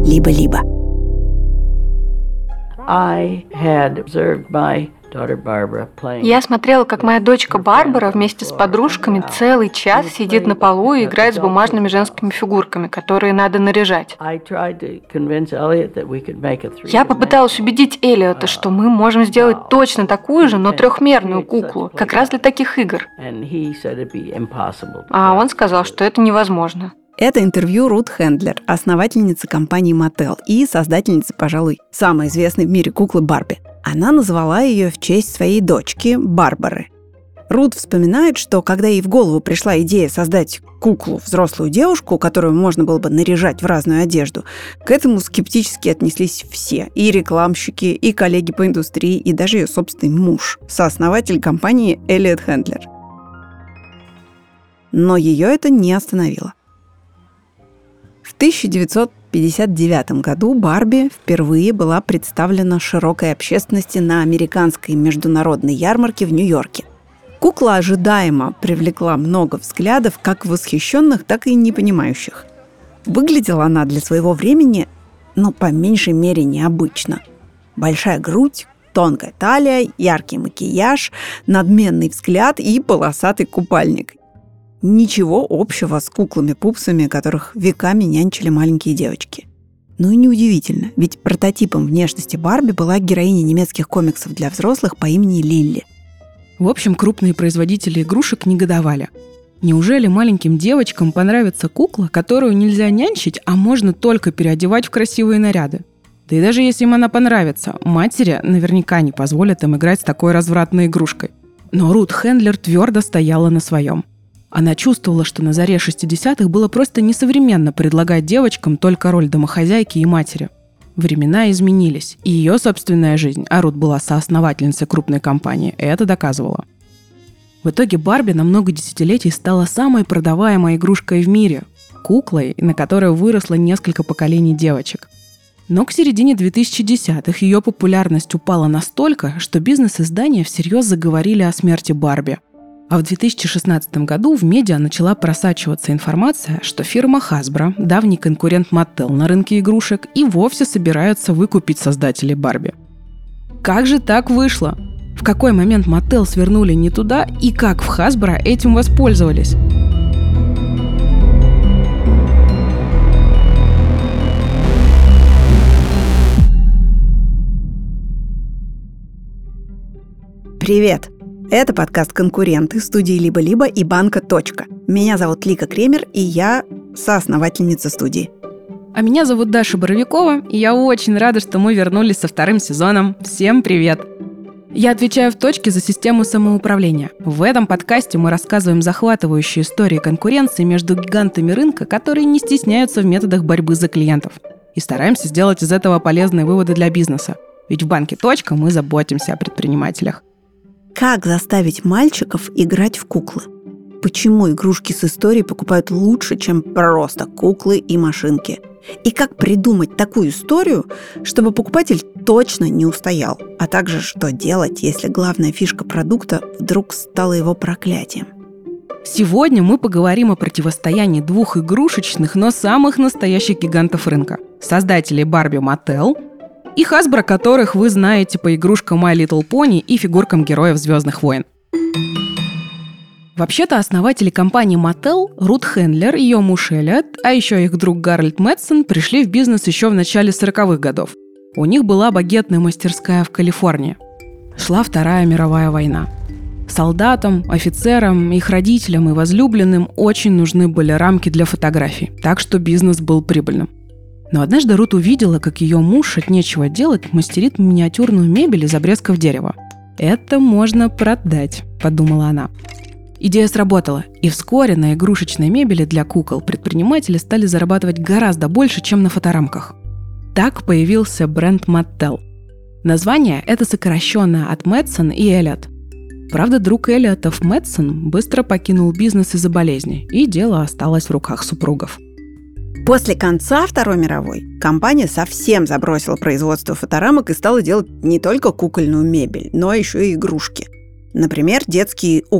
«Либо-либо». Я смотрела, как моя дочка Барбара вместе с подружками целый час сидит на полу и играет с бумажными женскими фигурками, которые надо наряжать. Я попыталась убедить Эллиота, что мы можем сделать точно такую же, но трехмерную куклу, как раз для таких игр. А он сказал, что это невозможно. Это интервью Рут Хендлер, основательницы компании Mattel и создательницы, пожалуй, самой известной в мире куклы Барби. Она назвала ее в честь своей дочки Барбары. Рут вспоминает, что когда ей в голову пришла идея создать куклу, взрослую девушку, которую можно было бы наряжать в разную одежду, к этому скептически отнеслись все. И рекламщики, и коллеги по индустрии, и даже ее собственный муж, сооснователь компании Эллиот Хендлер. Но ее это не остановило. В 1959 году Барби впервые была представлена широкой общественности на американской международной ярмарке в Нью-Йорке. Кукла ожидаемо привлекла много взглядов, как восхищенных, так и непонимающих. Выглядела она для своего времени, по меньшей мере, необычно. Большая грудь, тонкая талия, яркий макияж, надменный взгляд и полосатый купальник. Ничего общего с куклами-пупсами, которых веками нянчили маленькие девочки. Ну и неудивительно, ведь прототипом внешности Барби была героиня немецких комиксов для взрослых по имени Лилли. В общем, крупные производители игрушек негодовали. Неужели маленьким девочкам понравится кукла, которую нельзя нянчить, а можно только переодевать в красивые наряды? Да и даже если им она понравится, матери наверняка не позволят им играть с такой развратной игрушкой. Но Рут Хендлер твердо стояла на своем. Она чувствовала, что на заре 60-х было просто несовременно предлагать девочкам только роль домохозяйки и матери. Времена изменились, и ее собственная жизнь, а Рут была соосновательницей крупной компании, это доказывала. В итоге Барби на много десятилетий стала самой продаваемой игрушкой в мире, куклой, на которой выросло несколько поколений девочек. Но к середине 2010-х ее популярность упала настолько, что бизнес-издания всерьез заговорили о смерти Барби. А в 2016 году в медиа начала просачиваться информация, что фирма Hasbro, давний конкурент Mattel на рынке игрушек, и вовсе собирается выкупить создателей Барби. Как же так вышло? В какой момент Mattel свернули не туда и как в Hasbro этим воспользовались? Привет! Это подкаст «Конкуренты» студии «Либо-либо» и банка «Точка». Меня зовут Лика Кремер, и я соосновательница студии. А меня зовут Даша Боровикова, и я очень рада, что мы вернулись со вторым сезоном. Всем привет! Я отвечаю в «Точке» за систему самоуправления. В этом подкасте мы рассказываем захватывающие истории конкуренции между гигантами рынка, которые не стесняются в методах борьбы за клиентов. И стараемся сделать из этого полезные выводы для бизнеса. Ведь в банке «Точка» мы заботимся о предпринимателях. Как заставить мальчиков играть в куклы? Почему игрушки с историей покупают лучше, чем просто куклы и машинки? И как придумать такую историю, чтобы покупатель точно не устоял? А также, что делать, если главная фишка продукта вдруг стала его проклятием? Сегодня мы поговорим о противостоянии двух игрушечных, но самых настоящих гигантов рынка. Создателей Барби Mattel и Hasbro, которых вы знаете по игрушкам My Little Pony и фигуркам героев «Звездных войн». Вообще-то основатели компании Mattel, Рут Хендлер, ее муж Эллиот, а еще их друг Гарольд Мэдсон пришли в бизнес еще в начале 40-х годов. У них была багетная мастерская в Калифорнии. Шла Вторая мировая война. Солдатам, офицерам, их родителям и возлюбленным очень нужны были рамки для фотографий, так что бизнес был прибыльным. Но однажды Рут увидела, как ее муж от нечего делать мастерит миниатюрную мебель из обрезков дерева. «Это можно продать», – подумала она. Идея сработала, и вскоре на игрушечной мебели для кукол предприниматели стали зарабатывать гораздо больше, чем на фоторамках. Так появился бренд Mattel. Название – это сокращенное от Мэдсон и Эллиот. Правда, друг Эллиотов Мэдсон быстро покинул бизнес из-за болезни, и дело осталось в руках супругов. После конца Второй мировой компания совсем забросила производство фоторамок и стала делать не только кукольную мебель, но еще и игрушки. Например, детские укулеле, и пистолеты. Дела Mattel пошли в гору.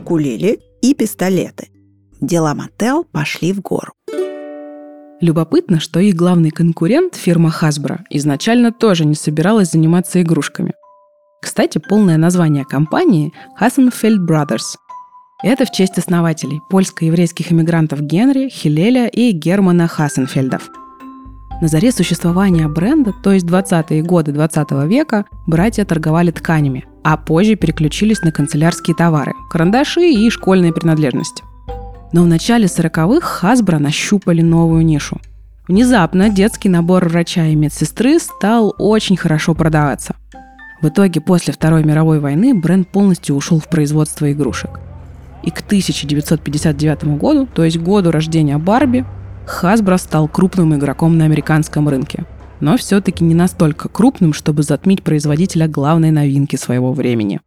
Любопытно, что их главный конкурент, фирма Hasbro, изначально тоже не собиралась заниматься игрушками. Кстати, полное название компании – Hassenfeld Brothers. Это в честь основателей – польско-еврейских эмигрантов Генри, Хилеля и Германа Хассенфельдов. На заре существования бренда, то есть 20-е годы 20 века, братья торговали тканями, а позже переключились на канцелярские товары – карандаши и школьные принадлежности. Но в начале 40-х Hasbro нащупали новую нишу. Внезапно детский набор врача и медсестры стал очень хорошо продаваться. В итоге после Второй мировой войны бренд полностью ушел в производство игрушек. И к 1959 году, то есть году рождения Барби, Hasbro стал крупным игроком на американском рынке. Но все-таки не настолько крупным, чтобы затмить производителя главной новинки своего времени.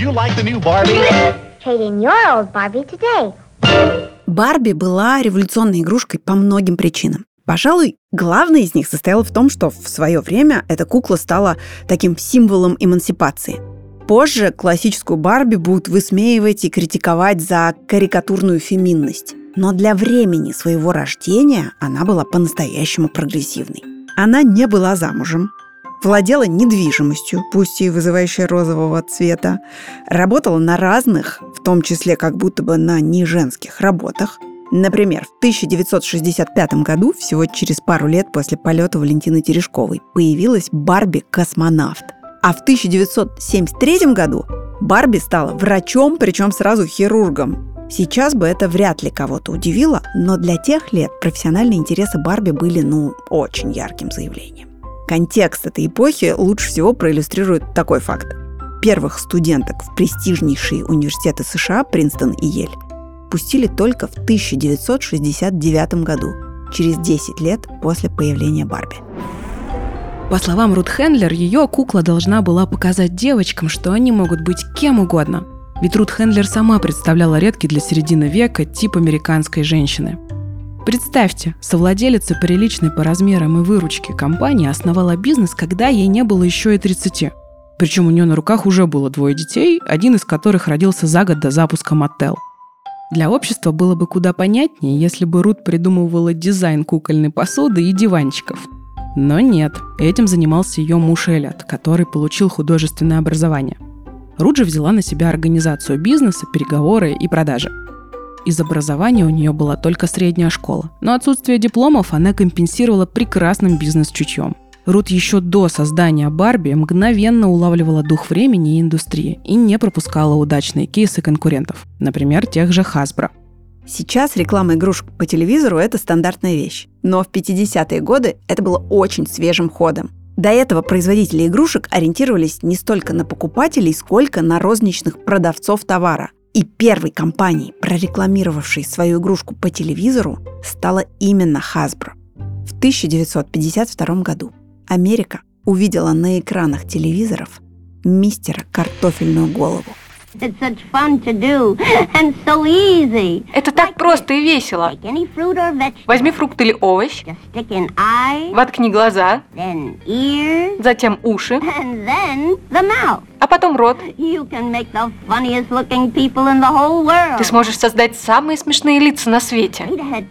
Барби была революционной игрушкой по многим причинам. Пожалуй, главная из них состояла в том, что в свое время эта кукла стала таким символом эмансипации. Позже классическую Барби будут высмеивать и критиковать за карикатурную феминность. Но для времени своего рождения она была по-настоящему прогрессивной. Она не была замужем, владела недвижимостью, пусть и вызывающей розового цвета, работала на разных, в том числе как будто бы на неженских работах. Например, в 1965 году, всего через пару лет после полета Валентины Терешковой, появилась Барби-космонавт. А в 1973 году Барби стала врачом, причем сразу хирургом. Сейчас бы это вряд ли кого-то удивило, но для тех лет профессиональные интересы Барби были, очень ярким заявлением. Контекст этой эпохи лучше всего проиллюстрирует такой факт. Первых студенток в престижнейшие университеты США, Принстон и Йель, пустили только в 1969 году, через 10 лет после появления Барби. По словам Рут Хендлер, ее кукла должна была показать девочкам, что они могут быть кем угодно. Ведь Рут Хендлер сама представляла редкий для середины века тип американской женщины. Представьте, совладелица приличной по размерам и выручке компании основала бизнес, когда ей не было еще и 30. Причем у нее на руках уже было 2 детей, один из которых родился за год до запуска Mattel. Для общества было бы куда понятнее, если бы Рут придумывала дизайн кукольной посуды и диванчиков. Но нет, этим занимался ее муж Эллиот, который получил художественное образование. Рут же взяла на себя организацию бизнеса, переговоры и продажи. Из образования у нее была только средняя школа, но отсутствие дипломов она компенсировала прекрасным бизнес-чутьем. Рут еще до создания Барби мгновенно улавливала дух времени и индустрии и не пропускала удачные кейсы конкурентов, например, тех же Hasbro. Сейчас реклама игрушек по телевизору – это стандартная вещь. Но в 50-е годы это было очень свежим ходом. До этого производители игрушек ориентировались не столько на покупателей, сколько на розничных продавцов товара. И первой компанией, прорекламировавшей свою игрушку по телевизору, стала именно Hasbro. В 1952 году Америка увидела на экранах телевизоров мистера Картофельную голову. Это так просто и весело. Возьми фрукт или овощ, воткни глаза, затем уши, а потом рот. Ты сможешь создать самые смешные лица на свете.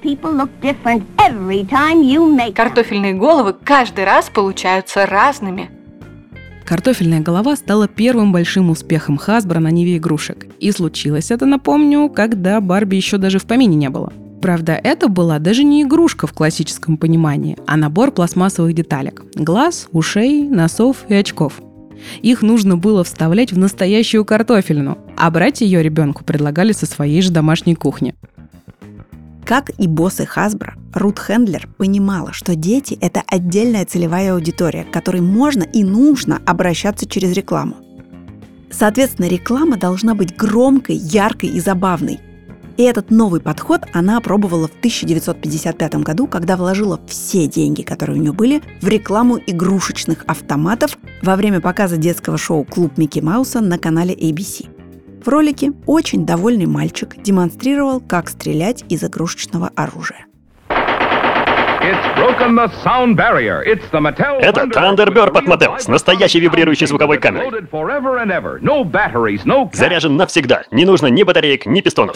Картофельные головы каждый раз получаются разными. Картофельная голова стала первым большим успехом Hasbro на ниве игрушек. И случилось это, напомню, когда Барби еще даже в помине не было. Правда, это была даже не игрушка в классическом понимании, а набор пластмассовых деталек – глаз, ушей, носов и очков. Их нужно было вставлять в настоящую картофельную, а брать ее ребенку предлагали со своей же домашней кухни. Как и боссы Hasbro, Рут Хендлер понимала, что дети – это отдельная целевая аудитория, к которой можно и нужно обращаться через рекламу. Соответственно, реклама должна быть громкой, яркой и забавной. И этот новый подход она опробовала в 1955 году, когда вложила все деньги, которые у нее были, в рекламу игрушечных автоматов во время показа детского шоу «Клуб Микки Мауса» на канале ABC. В ролике очень довольный мальчик демонстрировал, как стрелять из игрушечного оружия. Это Thunderbird от Mattel с настоящей вибрирующей звуковой камерой. Заряжен навсегда. Не нужно ни батареек, ни пистонов.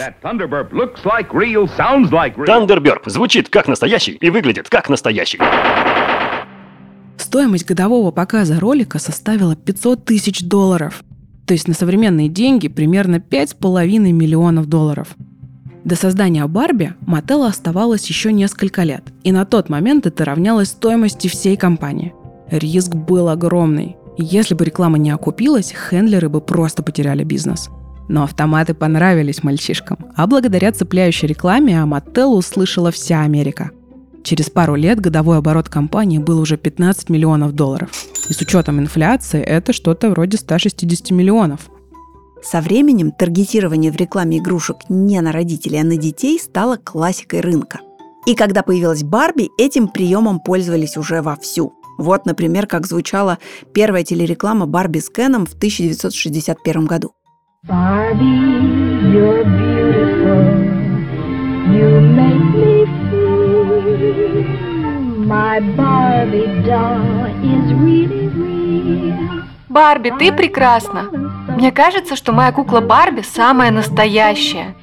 Thunderbird звучит как настоящий и выглядит как настоящий. Стоимость годового показа ролика составила $500 тысяч. То есть на современные деньги примерно $5,5 миллионов. До создания Барби Mattel оставалось еще несколько лет, и на тот момент это равнялось стоимости всей компании. Риск был огромный. Если бы реклама не окупилась, хендлеры бы просто потеряли бизнес. Но автоматы понравились мальчишкам, а благодаря цепляющей рекламе о Mattel услышала вся Америка. Через пару лет годовой оборот компании был уже $15 миллионов. И с учетом инфляции это что-то вроде 160 миллионов. Со временем таргетирование в рекламе игрушек не на родителей, а на детей стало классикой рынка. И когда появилась Барби, этим приемом пользовались уже вовсю. Вот, например, как звучала первая телереклама Барби с Кеном в 1961 году. Barbie, you're beautiful. You make me feel my Barbie doll is really real. Барби, ты прекрасна. Мне кажется, что моя кукла Барби самая настоящая.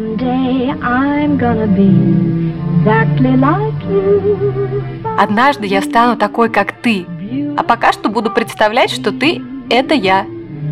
Однажды я стану такой, как ты. А пока что буду представлять, что ты – это я.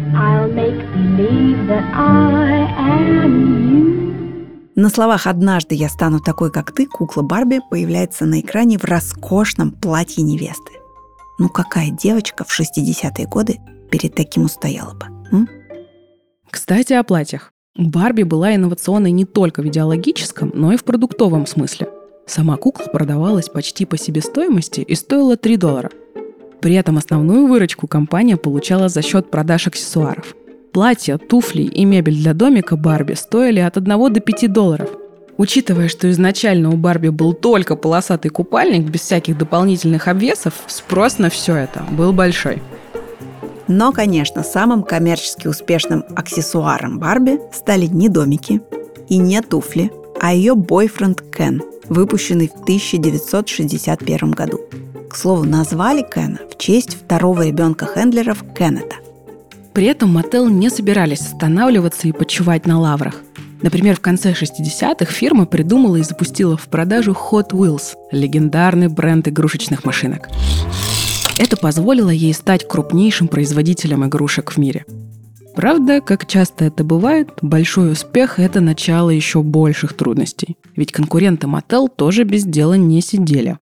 На словах «однажды я стану такой, как ты» кукла Барби появляется на экране в роскошном платье невесты. Ну какая девочка в 60-е годы перед таким устояла бы? Кстати, о платьях. Барби была инновационной не только в идеологическом, но и в продуктовом смысле. Сама кукла продавалась почти по себестоимости и стоила $3. При этом основную выручку компания получала за счет продаж аксессуаров. Платья, туфли и мебель для домика Барби стоили от $1 до $5. Учитывая, что изначально у Барби был только полосатый купальник без всяких дополнительных обвесов, спрос на все это был большой. Но, конечно, самым коммерчески успешным аксессуаром Барби стали не домики и не туфли, а ее бойфренд Кен, выпущенный в 1961 году. К слову, назвали Кена в честь второго ребенка хендлеров Кеннета. При этом Mattel не собирались останавливаться и почивать на лаврах. Например, в конце 60-х фирма придумала и запустила в продажу Hot Wheels – легендарный бренд игрушечных машинок. Это позволило ей стать крупнейшим производителем игрушек в мире. Правда, как часто это бывает, большой успех – это начало еще больших трудностей. Ведь конкуренты Mattel тоже без дела не сидели.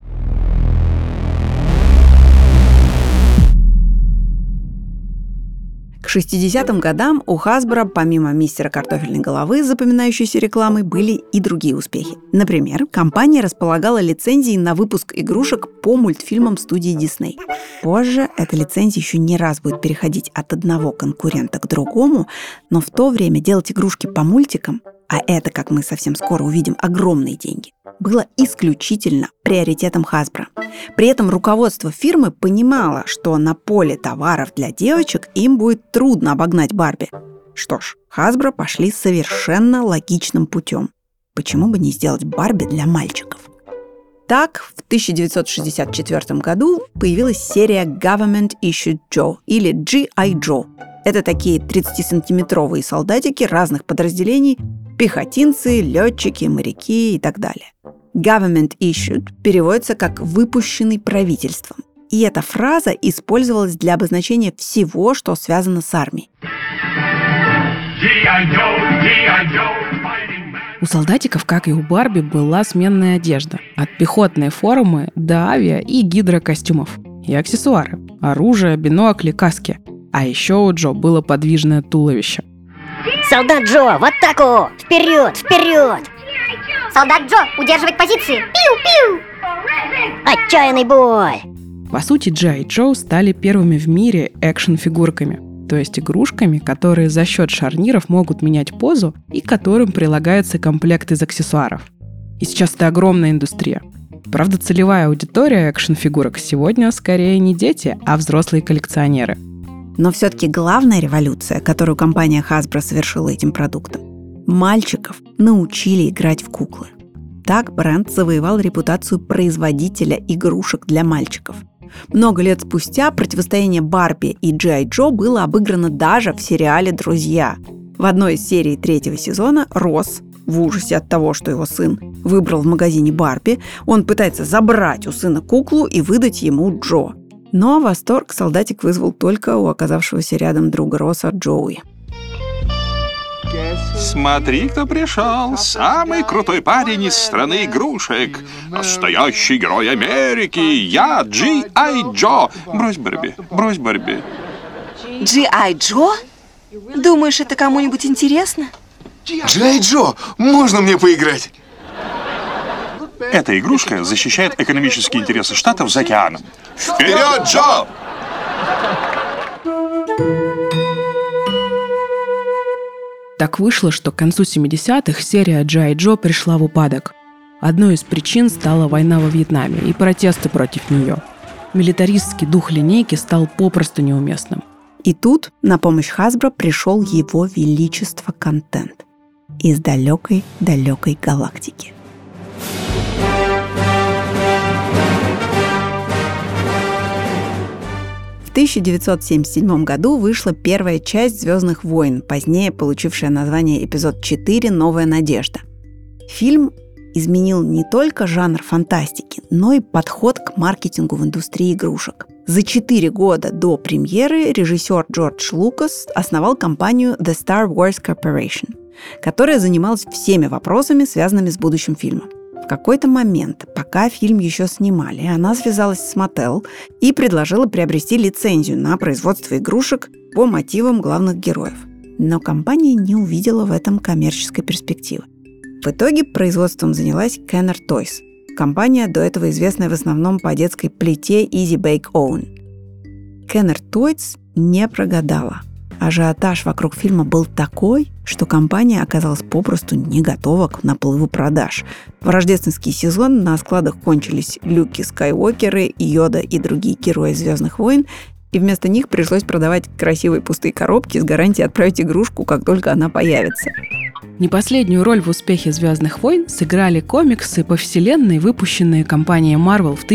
К 60-м годам у Hasbro, помимо мистера картофельной головы с запоминающейся рекламой, были и другие успехи. Например, компания располагала лицензией на выпуск игрушек по мультфильмам студии Disney. Позже эта лицензия еще не раз будет переходить от одного конкурента к другому, но в то время делать игрушки по мультикам, а это, как мы совсем скоро увидим, огромные деньги, было исключительно приоритетом Hasbro. При этом руководство фирмы понимало, что на поле товаров для девочек им будет трудно обогнать Барби. Что ж, Hasbro пошли совершенно логичным путем. Почему бы не сделать Барби для мальчиков? Так, в 1964 году появилась серия Government Issued Joe или G.I. Joe. Это такие 30-сантиметровые солдатики разных подразделений, пехотинцы, летчики, моряки и так далее. Government issued переводится как «выпущенный правительством». И эта фраза использовалась для обозначения всего, что связано с армией. У солдатиков, как и у Барби, была сменная одежда. От пехотной формы до авиа и гидрокостюмов. И аксессуары. Оружие, бинокли, каски. А еще у Джо было подвижное туловище. Солдат Джо, в атаку! Вперед, вперед! Солдат Джо, удерживать позиции! Пиу-пиу! Отчаянный бой! По сути, G.I. Joe стали первыми в мире экшн-фигурками. То есть игрушками, которые за счет шарниров могут менять позу и к которым прилагается комплект из аксессуаров. И сейчас это огромная индустрия. Правда, целевая аудитория экшн-фигурок сегодня скорее не дети, а взрослые коллекционеры. Но все-таки главная революция, которую компания Hasbro совершила этим продуктом – мальчиков научили играть в куклы. Так бренд завоевал репутацию производителя игрушек для мальчиков. Много лет спустя противостояние Барби и G.I. Joe было обыграно даже в сериале «Друзья». В одной из серий 3-го сезона Росс, в ужасе от того, что его сын выбрал в магазине Барби, он пытается забрать у сына куклу и выдать ему Джо. Но восторг солдатик вызвал только у оказавшегося рядом друга Росса Джоуи. Смотри, кто пришел. Самый крутой парень из страны игрушек. Настоящий герой Америки. Я G.I. Joe. Брось, Барби. Брось, Барби. G.I. Joe? Думаешь, это кому-нибудь интересно? G.I. Joe, можно мне поиграть? Эта игрушка защищает экономические интересы штатов за океаном. Вперед, Джо! Так вышло, что к концу 70-х серия G.I. Joe пришла в упадок. Одной из причин стала война во Вьетнаме и протесты против нее. Милитаристский дух линейки стал попросту неуместным. И тут на помощь Hasbro пришел его величество контент из далекой-далекой галактики. В 1977 году вышла первая часть «Звездных войн», позднее получившая название «Эпизод 4. Новая надежда». Фильм изменил не только жанр фантастики, но и подход к маркетингу в индустрии игрушек. За 4 года до премьеры режиссер Джордж Лукас основал компанию The Star Wars Corporation, которая занималась всеми вопросами, связанными с будущим фильмом. В какой-то момент, пока фильм еще снимали, она связалась с Mattel и предложила приобрести лицензию на производство игрушек по мотивам главных героев. Но компания не увидела в этом коммерческой перспективы. В итоге производством занялась Kenner Toys, компания, до этого известная в основном по детской плите Easy Bake Oven. Kenner Toys не прогадала. Ажиотаж вокруг фильма был такой, что компания оказалась попросту не готова к наплыву продаж. В рождественский сезон на складах кончились Люки Скайуокеры, Йода и другие герои «Звездных войн», и вместо них пришлось продавать красивые пустые коробки с гарантией отправить игрушку, как только она появится. Не последнюю роль в успехе «Звездных войн» сыграли комиксы по вселенной, выпущенные компанией Marvel в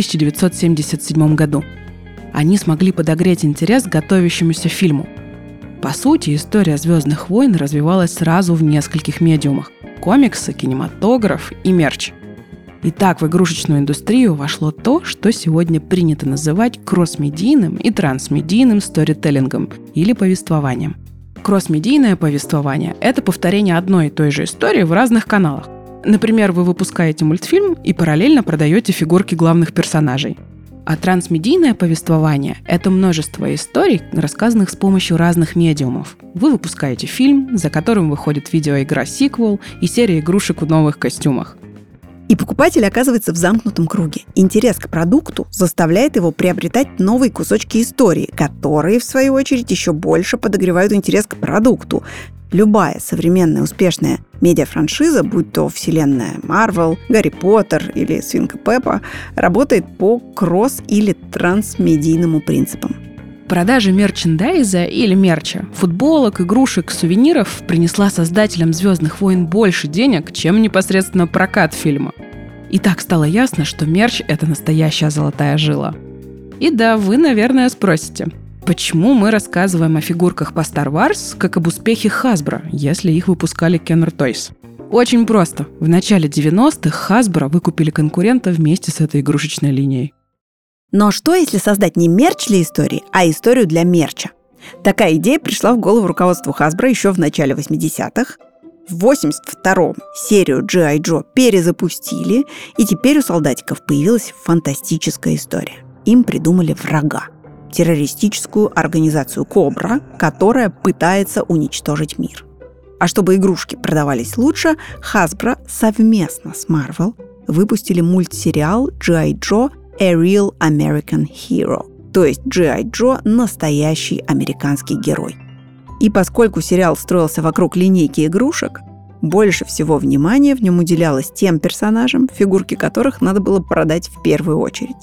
1977 году. Они смогли подогреть интерес к готовящемуся фильму. По сути, история «Звездных войн» развивалась сразу в нескольких медиумах – комиксы, кинематограф и мерч. И так в игрушечную индустрию вошло то, что сегодня принято называть кроссмедийным и трансмедийным сторителлингом или повествованием. Кроссмедийное повествование – это повторение одной и той же истории в разных каналах. Например, вы выпускаете мультфильм и параллельно продаете фигурки главных персонажей. А трансмедийное повествование – это множество историй, рассказанных с помощью разных медиумов. Вы выпускаете фильм, за которым выходит видеоигра-сиквел и серия игрушек в новых костюмах. И покупатель оказывается в замкнутом круге. Интерес к продукту заставляет его приобретать новые кусочки истории, которые, в свою очередь, еще больше подогревают интерес к продукту. Любая современная успешная медиафраншиза, будь то вселенная Marvel, Гарри Поттер или Свинка Пеппа, работает по кросс- или трансмедийному принципам. Продажа мерчендайза или мерча, футболок, игрушек, сувениров принесла создателям «Звездных войн» больше денег, чем непосредственно прокат фильма. И так стало ясно, что мерч – это настоящая золотая жила. И да, вы, наверное, спросите, почему мы рассказываем о фигурках по Star Wars как об успехе Hasbro, если их выпускали Kenner Toys? Очень просто. В начале 90-х Hasbro выкупили конкурента вместе с этой игрушечной линией. Но что, если создать не мерч для истории, а историю для мерча? Такая идея пришла в голову руководству Hasbro еще в начале 80-х. В 82-м серию G.I. Joe перезапустили, и теперь у солдатиков появилась фантастическая история. Им придумали врага – террористическую организацию «Кобра», которая пытается уничтожить мир. А чтобы игрушки продавались лучше, Hasbro совместно с Marvel выпустили мультсериал G.I. Joe A Real American Hero, то есть G.I. Joe – настоящий американский герой. И поскольку сериал строился вокруг линейки игрушек, больше всего внимания в нем уделялось тем персонажам, фигурки которых надо было продать в первую очередь.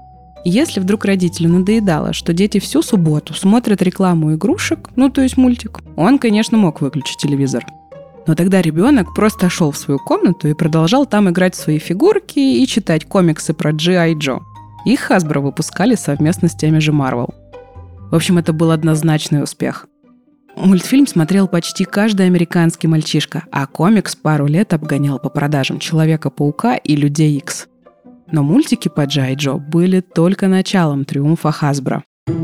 Если вдруг родителю надоедало, что дети всю субботу смотрят рекламу игрушек, то есть мультик, он, конечно, мог выключить телевизор. Но тогда ребенок просто шел в свою комнату и продолжал там играть в свои фигурки и читать комиксы про G.I. Joe. Их Hasbro выпускали совместно с теми же Marvel. В общем, это был однозначный успех. Мультфильм смотрел почти каждый американский мальчишка, а комикс пару лет обгонял по продажам Человека-паука и Людей Икс. Но мультики по G.I. Joe были только началом триумфа Hasbro.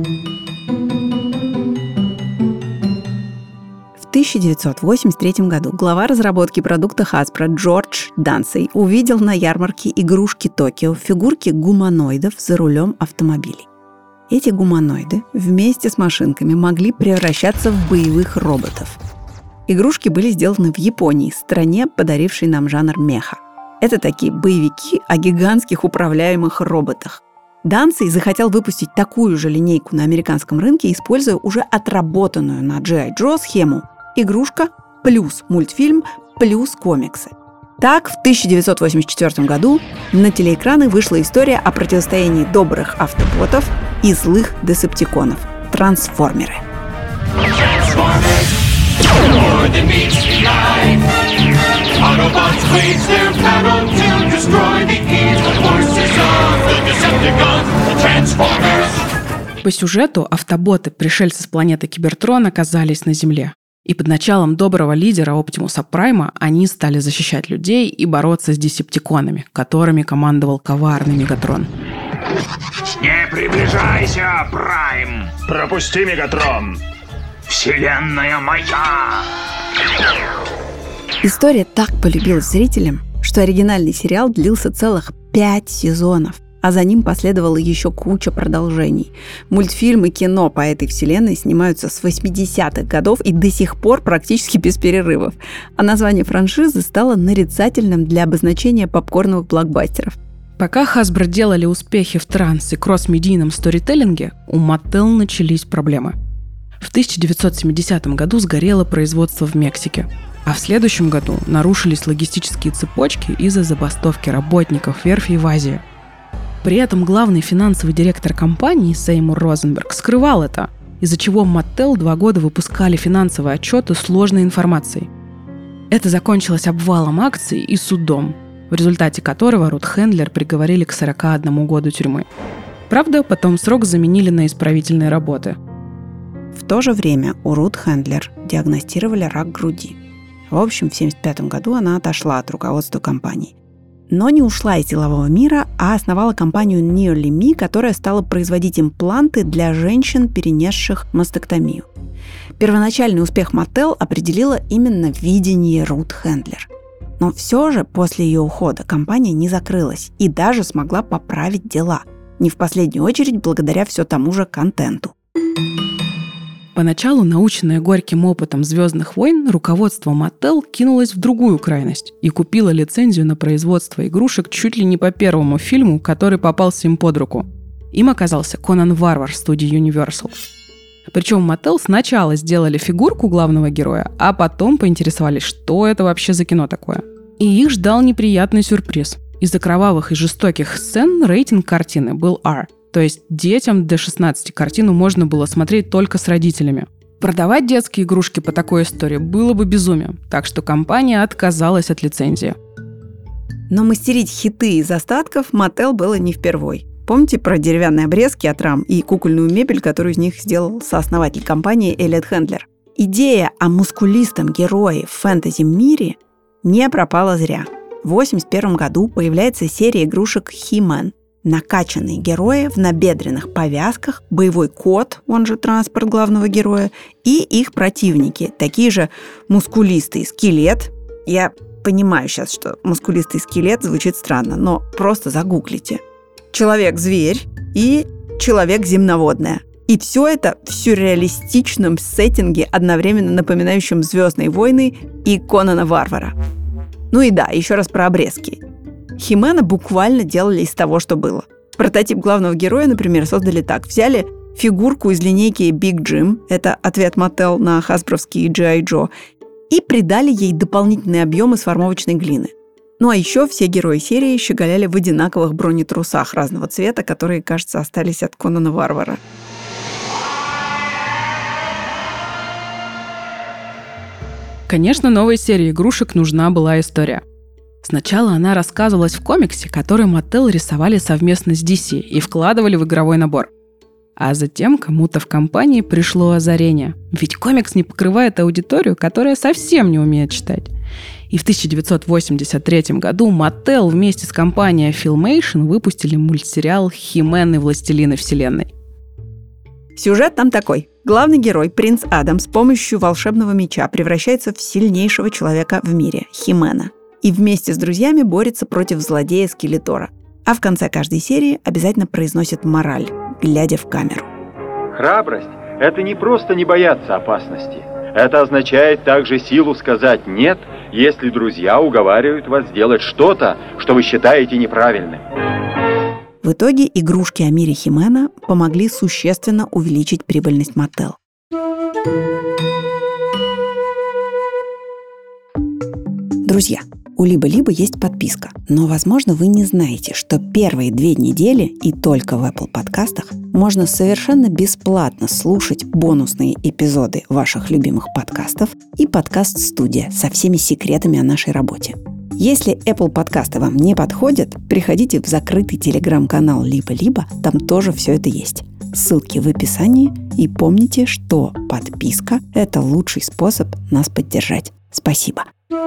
В 1983 году глава разработки продукта Hasbro Джордж Дансей увидел на ярмарке игрушки Токио фигурки гуманоидов за рулем автомобилей. Эти гуманоиды вместе с машинками могли превращаться в боевых роботов. Игрушки были сделаны в Японии, стране, подарившей нам жанр меха. Это такие боевики о гигантских управляемых роботах. Дансей захотел выпустить такую же линейку на американском рынке, используя уже отработанную на G.I. Joe схему «игрушка плюс мультфильм плюс комиксы». Так, в 1984 году на телеэкраны вышла история о противостоянии добрых автоботов и злых десептиконов – трансформеры. По сюжету автоботы, пришельцы с планеты Кибертрон, оказались на Земле. И под началом доброго лидера Оптимуса Прайма они стали защищать людей и бороться с десептиконами, которыми командовал коварный Мегатрон. Не приближайся, Прайм! Пропусти, Мегатрон! Вселенная моя! История так полюбилась зрителям, что оригинальный сериал длился целых 5 сезонов, а за ним последовала еще куча продолжений. Мультфильмы, кино по этой вселенной снимаются с 80-х годов и до сих пор практически без перерывов. А название франшизы стало нарицательным для обозначения попкорновых блокбастеров. Пока Hasbro делали успехи в транс- и кросс-медийном сторителлинге, у Mattel начались проблемы. В 1970 году сгорело производство в Мексике, а в следующем году нарушились логистические цепочки из-за забастовки работников верфи в Азии. При этом главный финансовый директор компании Сеймур Розенберг скрывал это, из-за чего Mattel 2 года выпускали финансовые отчеты с сложной информацией. Это закончилось обвалом акций и судом, в результате которого Рут Хендлер приговорили к 41 году тюрьмы. Правда, потом срок заменили на исправительные работы. В то же время у Рут Хендлер диагностировали рак груди. В общем, в 1975 году она отошла от руководства компании. Но не ушла из делового мира, а основала компанию Nearly Me, которая стала производить импланты для женщин, перенесших мастектомию. Первоначальный успех Mattel определило именно видение Рут Хендлер. Но все же после ее ухода компания не закрылась и даже смогла поправить дела. Не в последнюю очередь благодаря все тому же контенту. Поначалу, наученное горьким опытом «Звездных войн», руководство Mattel кинулось в другую крайность и купило лицензию на производство игрушек чуть ли не по первому фильму, который попался им под руку. Им оказался Конан Варвар студии Universal. Причем Mattel сначала сделали фигурку главного героя, а потом поинтересовались, что это вообще за кино такое. И их ждал неприятный сюрприз. Из-за кровавых и жестоких сцен рейтинг картины был R. То есть детям до 16 картину можно было смотреть только с родителями. Продавать детские игрушки по такой истории было бы безумием, так что компания отказалась от лицензии. Но мастерить хиты из остатков Mattel было не впервой. Помните про деревянные обрезки от рам и кукольную мебель, которую из них сделал сооснователь компании Эллиот Хендлер? Идея о мускулистом герое в фэнтези-мире не пропала зря. В 1981 году появляется серия игрушек He-Man. Накачанные герои в набедренных повязках, боевой кот, он же транспорт главного героя, и их противники, такие же мускулистый скелет. Я понимаю сейчас, что мускулистый скелет звучит странно, но просто загуглите. Человек-зверь и человек-земноводное. И все это в сюрреалистичном сеттинге, одновременно напоминающем «Звездные войны» и Конана Варвара. Ну и да, еще раз про обрезки. He-Man'а буквально делали из того, что было. Прототип главного героя, например, создали так. Взяли фигурку из линейки Big Jim, это ответ Mattel на хасбровские G.I. Joe, и придали ей дополнительный объем из формовочной глины. Ну а еще все герои серии щеголяли в одинаковых бронетрусах разного цвета, которые, кажется, остались от Конана Варвара. Конечно, новой серии игрушек нужна была история. Сначала она рассказывалась в комиксе, который Mattel рисовали совместно с DC и вкладывали в игровой набор. А затем кому-то в компании пришло озарение. Ведь комикс не покрывает аудиторию, которая совсем не умеет читать. И в 1983 году Mattel вместе с компанией Filmation выпустили мультсериал «Хи-Мэн и Властелины Вселенной». Сюжет там такой. Главный герой, принц Адам, с помощью волшебного меча превращается в сильнейшего человека в мире – Хи-Мэна. И вместе с друзьями борется против злодея Скелетора. А в конце каждой серии обязательно произносит мораль, глядя в камеру. Храбрость – это не просто не бояться опасности. Это означает также силу сказать «нет», если друзья уговаривают вас сделать что-то, что вы считаете неправильным. В итоге игрушки о мире Хи-Мэна помогли существенно увеличить прибыльность Mattel. Друзья, у Либо-Либо есть подписка, но, возможно, вы не знаете, что первые 2 недели и только в Apple подкастах можно совершенно бесплатно слушать бонусные эпизоды ваших любимых подкастов и подкаст-студия со всеми секретами о нашей работе. Если Apple подкасты вам не подходят, приходите в закрытый телеграм-канал Либо-Либо, там тоже все это есть. Ссылки в описании, и помните, что подписка – это лучший способ нас поддержать. Спасибо.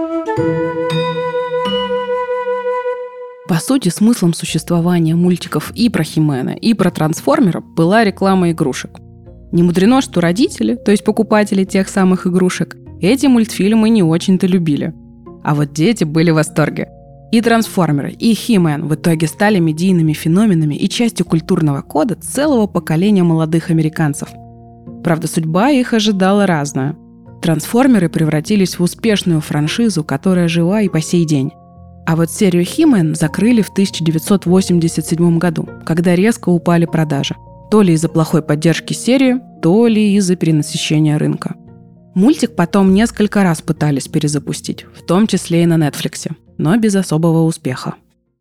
По сути, смыслом существования мультиков и про Хи-Мэна, и про трансформеров была реклама игрушек. Не мудрено, что родители, то есть покупатели тех самых игрушек, эти мультфильмы не очень-то любили. А вот дети были в восторге. И трансформеры, и Хи-Мэн в итоге стали медийными феноменами и частью культурного кода целого поколения молодых американцев. Правда, судьба их ожидала разная. Трансформеры превратились в успешную франшизу, которая жива и по сей день. А вот серию Хи-Мэн закрыли в 1987 году, когда резко упали продажи. То ли из-за плохой поддержки серии, то ли из-за перенасыщения рынка. Мультик потом несколько раз пытались перезапустить, в том числе и на Netflix, но без особого успеха.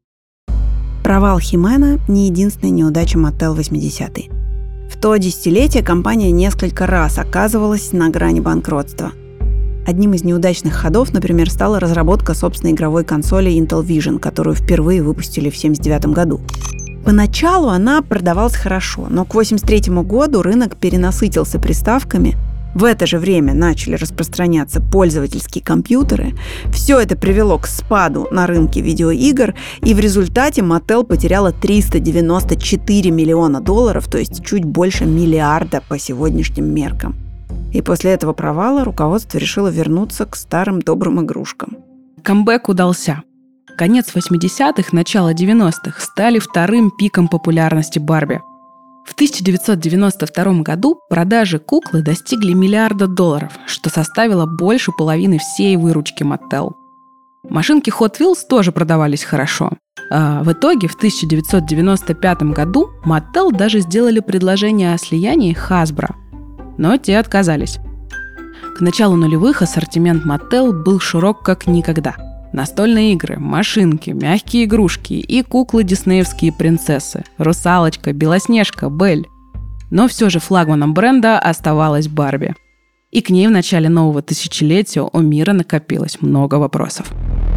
Провал Хи-Мэна не единственная неудача Mattel в 80-е. В то десятилетие компания несколько раз оказывалась на грани банкротства. Одним из неудачных ходов, например, стала разработка собственной игровой консоли Intel Vision, которую впервые выпустили в 1979 году. Поначалу она продавалась хорошо, но к 1983 году рынок перенасытился приставками. В это же время начали распространяться пользовательские компьютеры. Все это привело к спаду на рынке видеоигр, и в результате Mattel потеряла $394 миллиона, то есть чуть больше миллиарда по сегодняшним меркам. И после этого провала руководство решило вернуться к старым добрым игрушкам. Камбэк удался. Конец 80-х, начало 90-х стали вторым пиком популярности Барби. В 1992 году продажи куклы достигли $1 миллиарда, что составило больше половины всей выручки Mattel. Машинки Hot Wheels тоже продавались хорошо. А в итоге в 1995 году Mattel даже сделали предложение о слиянии Hasbro. Но те отказались. К началу нулевых ассортимент Mattel был широк как никогда. Настольные игры, машинки, мягкие игрушки и куклы диснеевские принцессы, Русалочка, Белоснежка, Белль. Но все же флагманом бренда оставалась Барби. И к ней в начале нового тысячелетия у мира накопилось много вопросов.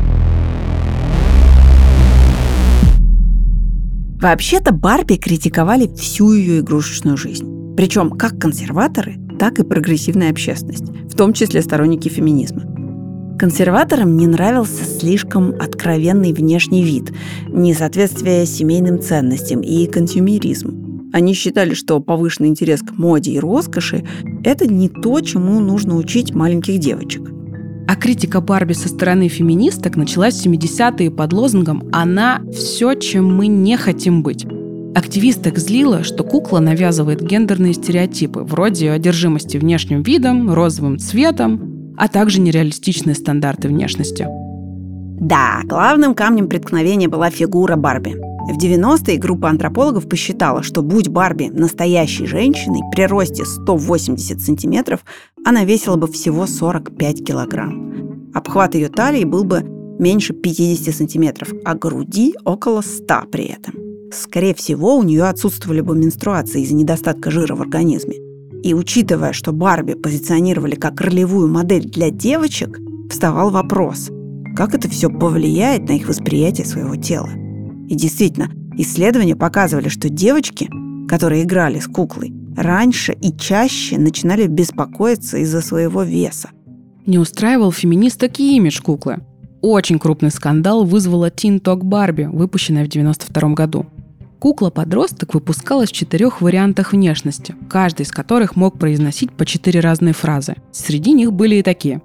Вообще-то Барби критиковали всю ее игрушечную жизнь. Причем как консерваторы, так и прогрессивная общественность, в том числе сторонники феминизма. Консерваторам не нравился слишком откровенный внешний вид, несоответствие семейным ценностям и консюмеризм. Они считали, что повышенный интерес к моде и роскоши – это не то, чему нужно учить маленьких девочек. А критика Барби со стороны феминисток началась в 70-е под лозунгом «Она – все, чем мы не хотим быть». Активисток злило, что кукла навязывает гендерные стереотипы, вроде одержимости внешним видом, розовым цветом, а также нереалистичные стандарты внешности. Да, главным камнем преткновения была фигура Барби. В 90-е группа антропологов посчитала, что будь Барби настоящей женщиной при росте 180 сантиметров, она весила бы всего 45 килограмм. Обхват ее талии был бы меньше 50 сантиметров, а груди около 100 при этом. Скорее всего, у нее отсутствовали бы менструации из-за недостатка жира в организме. И учитывая, что Барби позиционировали как ролевую модель для девочек, вставал вопрос, как это все повлияет на их восприятие своего тела. И действительно, исследования показывали, что девочки, которые играли с куклой, раньше и чаще начинали беспокоиться из-за своего веса. Не устраивал феминисток и имидж куклы. Очень крупный скандал вызвала Teen Talk Барби, выпущенная в 1992 году. Кукла-подросток выпускалась в 4 вариантах внешности, каждый из которых мог произносить по 4 разные фразы. Среди них были и такие.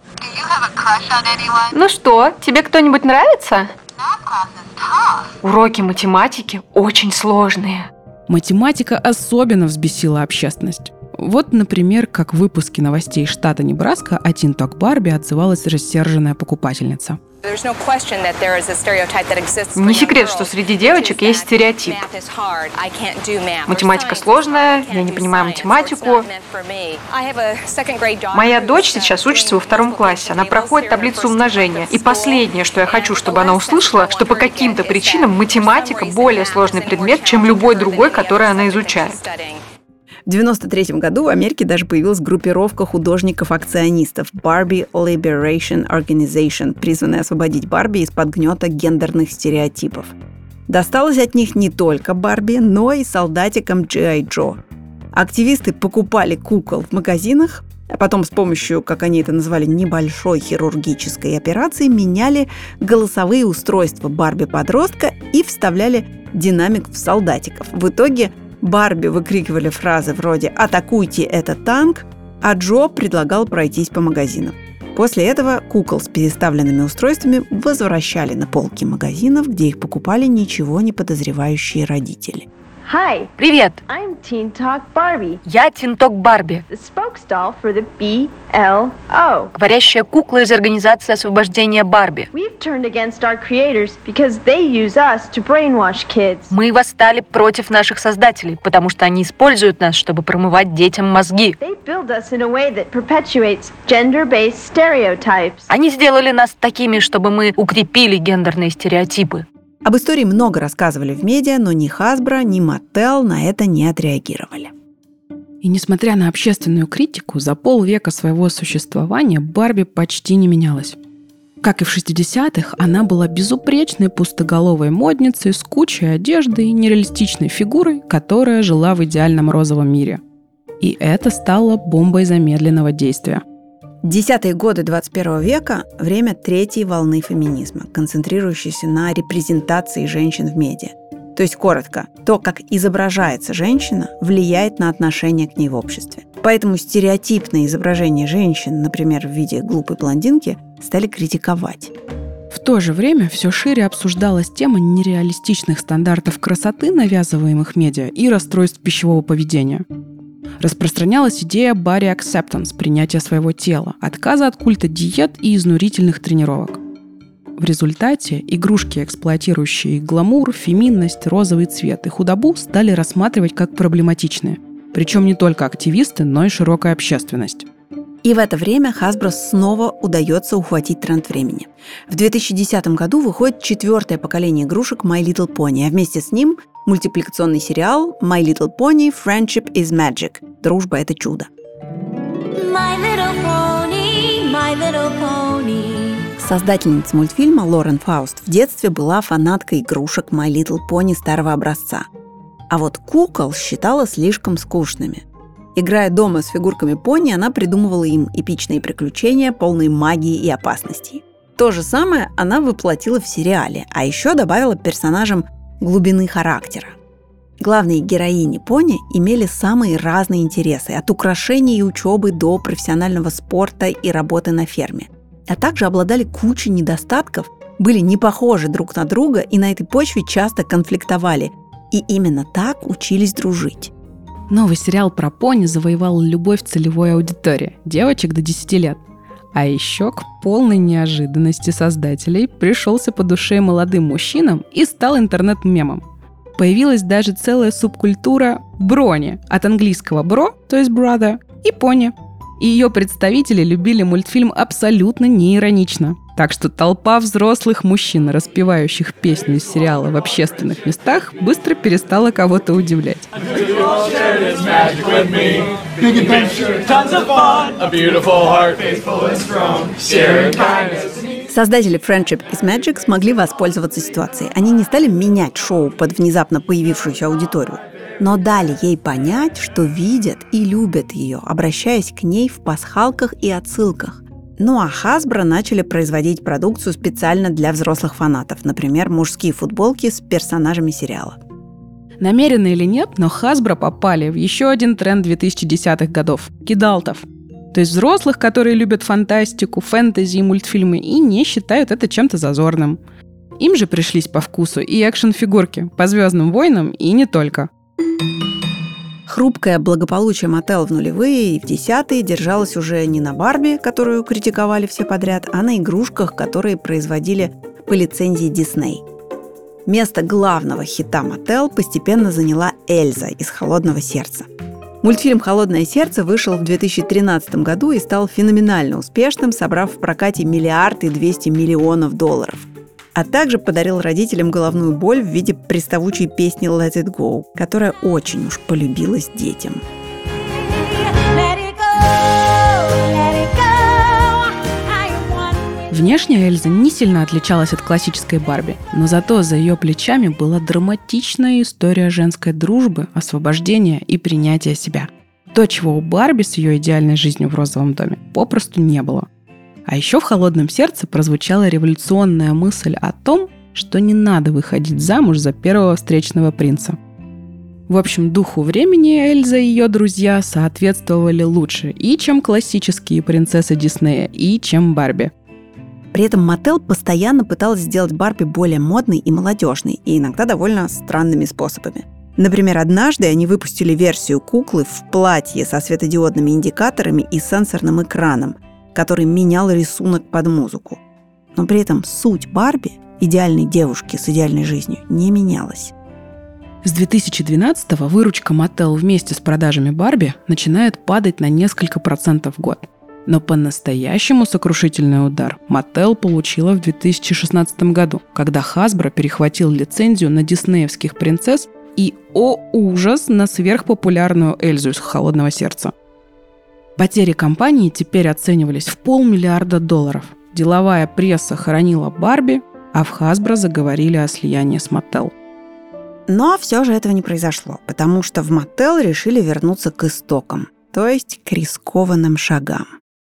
Ну что, тебе кто-нибудь нравится? Уроки математики очень сложные. Математика особенно взбесила общественность. Вот, например, как в выпуске новостей штата Небраска о Teen Talk Барби отзывалась рассерженная покупательница. Не секрет, что среди девочек есть стереотип. Математика сложная, я не понимаю математику. Моя дочь сейчас учится во 2 классе, она проходит таблицу умножения. И последнее, что я хочу, чтобы она услышала, что по каким-то причинам математика более сложный предмет, чем любой другой, который она изучает. В 1993 году в Америке даже появилась группировка художников-акционистов Barbie Liberation Organization, призванная освободить Барби из-под гнета гендерных стереотипов. Досталось от них не только Барби, но и солдатикам G.I. Joe. Активисты покупали кукол в магазинах, а потом с помощью, как они это назвали, небольшой хирургической операции меняли голосовые устройства Барби-подростка и вставляли динамик в солдатиков. В итоге Барби выкрикивали фразы вроде «Атакуйте, это танк», а Джо предлагал пройтись по магазинам. После этого кукол с переставленными устройствами возвращали на полки магазинов, где их покупали ничего не подозревающие родители. Hi. Привет. I'm Teen Talk Barbie. Я Teen Talk Барби. The spokes doll for the BLO. Говорящая кукла из организации освобождения Барби. We've turned against our creators because they use us to brainwash kids. Мы восстали против наших создателей, потому что они используют нас, чтобы промывать детям мозги. They build us in a way that perpetuates gender-based stereotypes. Они сделали нас такими, чтобы мы укрепили гендерные стереотипы. Об истории много рассказывали в медиа, но ни Hasbro, ни Mattel на это не отреагировали. И несмотря на общественную критику, за полвека своего существования Барби почти не менялась. Как и в 60-х, она была безупречной пустоголовой модницей с кучей одежды и нереалистичной фигурой, которая жила в идеальном розовом мире. И это стало бомбой замедленного действия. Десятые годы 21 века – время третьей волны феминизма, концентрирующейся на репрезентации женщин в медиа. То есть, коротко, то, как изображается женщина, влияет на отношение к ней в обществе. Поэтому стереотипные изображения женщин, например, в виде глупой блондинки, стали критиковать. В то же время все шире обсуждалась тема нереалистичных стандартов красоты, навязываемых медиа, и расстройств пищевого поведения. Распространялась идея body acceptance, принятия своего тела, отказа от культа диет и изнурительных тренировок. В результате игрушки, эксплуатирующие гламур, феминность, розовый цвет и худобу, стали рассматривать как проблематичные. Причем не только активисты, но и широкая общественность. И в это время Hasbro снова удается ухватить тренд времени. В 2010 году выходит 4-е поколение игрушек My Little Pony, а вместе с ним мультипликационный сериал My Little Pony Friendship is Magic. Дружба – это чудо. My little pony, my little pony. Создательница мультфильма Лорен Фауст в детстве была фанаткой игрушек My Little Pony старого образца. А вот кукол считала слишком скучными. Играя дома с фигурками пони, она придумывала им эпичные приключения, полные магии и опасностей. То же самое она воплотила в сериале, а еще добавила персонажам глубины характера. Главные героини пони имели самые разные интересы, от украшений и учебы до профессионального спорта и работы на ферме. А также обладали кучей недостатков, были не похожи друг на друга и на этой почве часто конфликтовали. И именно так учились дружить. Новый сериал про пони завоевал любовь целевой аудитории – девочек до 10 лет. А еще к полной неожиданности создателей пришелся по душе молодым мужчинам и стал интернет-мемом. Появилась даже целая субкультура брони, от английского «бро», то есть «brother», и «пони». И ее представители любили мультфильм абсолютно неиронично. Так что толпа взрослых мужчин, распевающих песни из сериала в общественных местах, быстро перестала кого-то удивлять. Создатели Friendship is Magic смогли воспользоваться ситуацией. Они не стали менять шоу под внезапно появившуюся аудиторию, но дали ей понять, что видят и любят ее, обращаясь к ней в пасхалках и отсылках. Ну а Hasbro начали производить продукцию специально для взрослых фанатов, например, мужские футболки с персонажами сериала. Намеренно или нет, но Hasbro попали в еще один тренд 2010-х годов – кидалтов. То есть взрослых, которые любят фантастику, фэнтези и мультфильмы и не считают это чем-то зазорным. Им же пришлись по вкусу и экшн-фигурки по «Звездным войнам» и не только. Хрупкое благополучие Mattel в нулевые и в десятые держалось уже не на Барби, которую критиковали все подряд, а на игрушках, которые производили по лицензии Disney. Место главного хита Mattel постепенно заняла Эльза из «Холодного сердца». Мультфильм «Холодное сердце» вышел в 2013 году и стал феноменально успешным, собрав в прокате $1 200 000 000, а также подарил родителям головную боль в виде приставучей песни «Let it go», которая очень уж полюбилась детям. Внешне Эльза не сильно отличалась от классической Барби, но зато за ее плечами была драматичная история женской дружбы, освобождения и принятия себя. То, чего у Барби с ее идеальной жизнью в розовом доме попросту не было. А еще в «Холодном сердце» прозвучала революционная мысль о том, что не надо выходить замуж за первого встречного принца. В общем, духу времени Эльза и ее друзья соответствовали лучше и чем классические принцессы Диснея, и чем Барби. При этом Mattel постоянно пыталась сделать Барби более модной и молодежной, и иногда довольно странными способами. Например, однажды они выпустили версию куклы в платье со светодиодными индикаторами и сенсорным экраном, который менял рисунок под музыку. Но при этом суть Барби, идеальной девушки с идеальной жизнью, не менялась. С 2012-го выручка Mattel вместе с продажами Барби начинает падать на несколько процентов в год. Но по-настоящему сокрушительный удар Mattel получила в 2016 году, когда Hasbro перехватил лицензию на диснеевских принцесс и, о ужас, на сверхпопулярную Эльзу из «Холодного сердца». Потери компании теперь оценивались в $500 миллиарда. Деловая пресса хоронила Барби, а в Hasbro заговорили о слиянии с Mattel. Но все же этого не произошло, потому что в Mattel решили вернуться к истокам, то есть к рискованным шагам.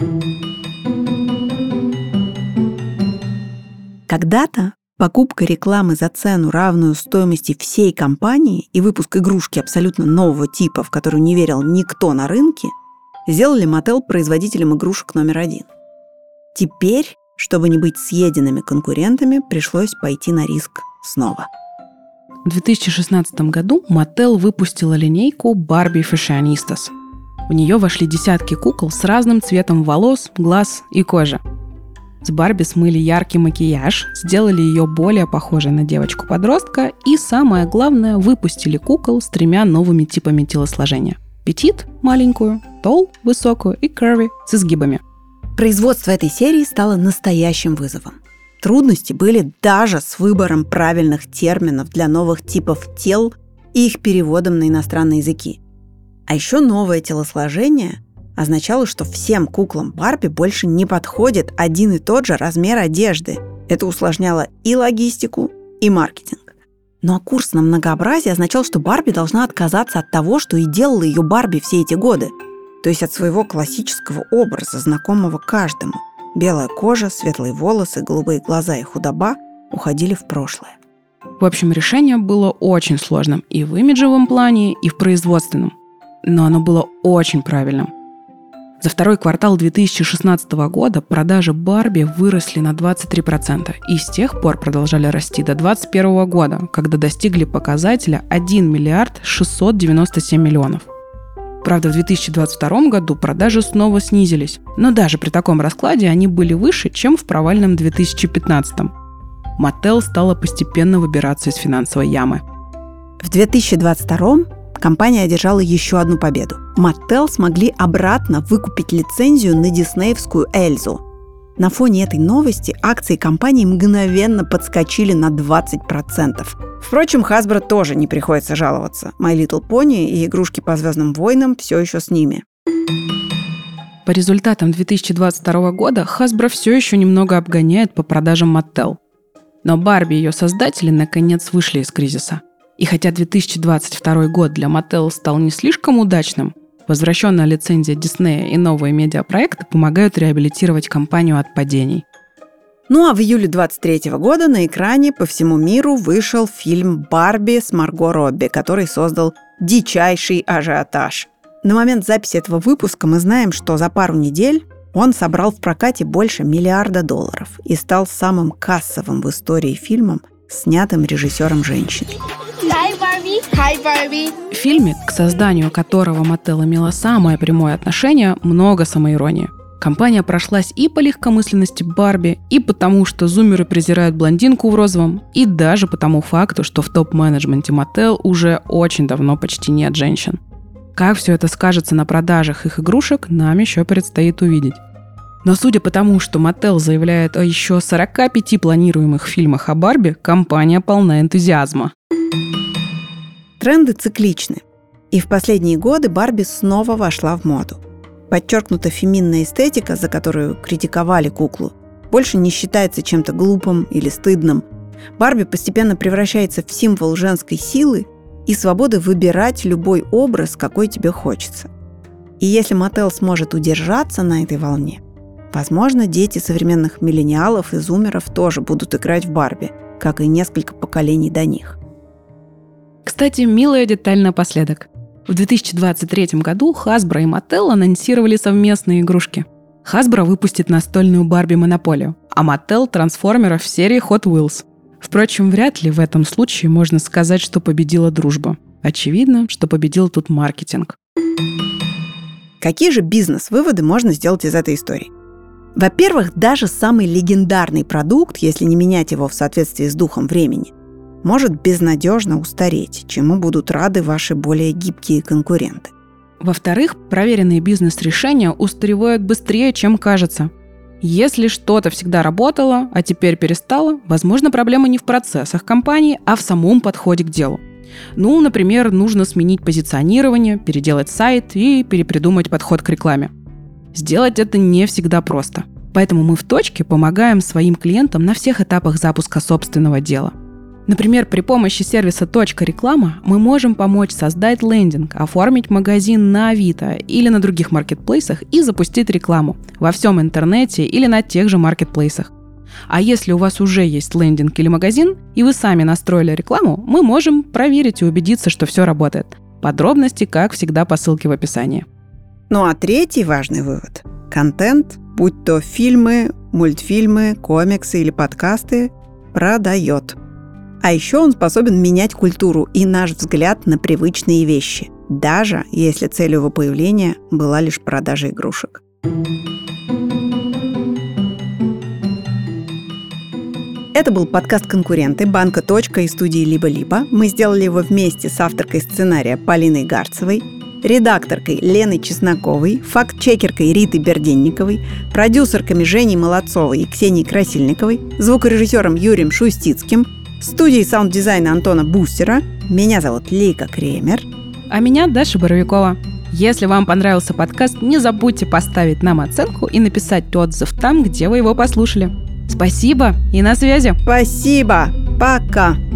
Когда-то покупка рекламы за цену, равную стоимости всей компании, и выпуск игрушки абсолютно нового типа, в которую не верил никто на рынке, сделали Mattel производителем игрушек номер 1. Теперь, чтобы не быть съеденными конкурентами, пришлось пойти на риск снова. В 2016 году Mattel выпустила линейку Barbie Fashionistas. В нее вошли десятки кукол с разным цветом волос, глаз и кожи. С Барби смыли яркий макияж, сделали ее более похожей на девочку-подростка и, самое главное, выпустили кукол с 3 новыми типами телосложения. Петит – маленькую, тол – высокую и curvy с изгибами. Производство этой серии стало настоящим вызовом. Трудности были даже с выбором правильных терминов для новых типов тел и их переводом на иностранные языки. А еще новое телосложение означало, что всем куклам Барби больше не подходит один и тот же размер одежды. Это усложняло и логистику, и маркетинг. Ну а курс на многообразие означал, что Барби должна отказаться от того, что и делала ее Барби все эти годы. То есть от своего классического образа, знакомого каждому. Белая кожа, светлые волосы, голубые глаза и худоба уходили в прошлое. В общем, решение было очень сложным и в имиджевом плане, и в производственном. Но оно было очень правильным. За второй квартал 2016 года продажи Барби выросли на 23% и с тех пор продолжали расти до 2021 года, когда достигли показателя 1 697 000 000. Правда, в 2022 году продажи снова снизились, но даже при таком раскладе они были выше, чем в провальном 2015. Mattel стала постепенно выбираться из финансовой ямы. В 2022 компания одержала еще одну победу. Mattel смогли обратно выкупить лицензию на диснеевскую Эльзу. На фоне этой новости акции компании мгновенно подскочили на 20%. Впрочем, Hasbro тоже не приходится жаловаться. My Little Pony и игрушки по «Звездным войнам» все еще с ними. По результатам 2022 года Hasbro все еще немного обгоняет по продажам Mattel. Но Барби и ее создатели наконец вышли из кризиса. И хотя 2022 год для Mattel стал не слишком удачным, возвращенная лицензия Диснея и новые медиапроекты помогают реабилитировать компанию от падений. Ну а в июле 2023 года на экране по всему миру вышел фильм «Барби» с Марго Робби, который создал дичайший ажиотаж. На момент записи этого выпуска мы знаем, что за пару недель он собрал в прокате больше $1 миллиард и стал самым кассовым в истории фильмом, снятым режиссером-женщиной. В фильме, к созданию которого Mattel имела самое прямое отношение, много самоиронии. Компания прошлась и по легкомысленности Барби, и потому, что зумеры презирают блондинку в розовом, и даже по тому факту, что в топ-менеджменте Mattel уже очень давно почти нет женщин. Как все это скажется на продажах их игрушек, нам еще предстоит увидеть. Но судя по тому, что Mattel заявляет о еще 45 планируемых фильмах о Барби, компания полна энтузиазма. Тренды цикличны. И в последние годы Барби снова вошла в моду. Подчеркнута феминная эстетика, за которую критиковали куклу, больше не считается чем-то глупым или стыдным. Барби постепенно превращается в символ женской силы и свободы выбирать любой образ, какой тебе хочется. И если Mattel сможет удержаться на этой волне, возможно, дети современных миллениалов и зумеров тоже будут играть в Барби, как и несколько поколений до них. Кстати, милая деталь напоследок. В 2023 году Hasbro и Mattel анонсировали совместные игрушки. Hasbro выпустит настольную Барби Монополию, а Mattel – трансформеров в серии Hot Wheels. Впрочем, вряд ли в этом случае можно сказать, что победила дружба. Очевидно, что победил тут маркетинг. Какие же бизнес-выводы можно сделать из этой истории? Во-первых, даже самый легендарный продукт, если не менять его в соответствии с духом времени, может безнадежно устареть, чему будут рады ваши более гибкие конкуренты. Во-вторых, проверенные бизнес-решения устаревают быстрее, чем кажется. Если что-то всегда работало, а теперь перестало, возможно, проблема не в процессах компании, а в самом подходе к делу. Ну, например, нужно сменить позиционирование, переделать сайт и перепридумать подход к рекламе. Сделать это не всегда просто. Поэтому мы в точке помогаем своим клиентам на всех этапах запуска собственного дела. Например, при помощи сервиса «Точка реклама» мы можем помочь создать лендинг, оформить магазин на Авито или на других маркетплейсах и запустить рекламу во всем интернете или на тех же маркетплейсах. А если у вас уже есть лендинг или магазин, и вы сами настроили рекламу, мы можем проверить и убедиться, что все работает. Подробности, как всегда, по ссылке в описании. Ну а третий важный вывод. Контент, будь то фильмы, мультфильмы, комиксы или подкасты, продает. А еще он способен менять культуру и наш взгляд на привычные вещи, даже если целью его появления была лишь продажа игрушек. Это был подкаст «Конкуренты» банка «Точка» и студии «Либо-либо». Мы сделали его вместе с авторкой сценария Полиной Гарцевой, редакторкой Леной Чесноковой, факт-чекеркой Ритой Берденниковой, продюсерками Женей Молодцовой и Ксенией Красильниковой, звукорежиссером Юрием Шустицким, студией саунд-дизайна Антона Бустера. Меня зовут Лика Кремер. А меня Даша Боровикова. Если вам понравился подкаст, не забудьте поставить нам оценку и написать отзыв там, где вы его послушали. Спасибо и на связи. Спасибо. Пока.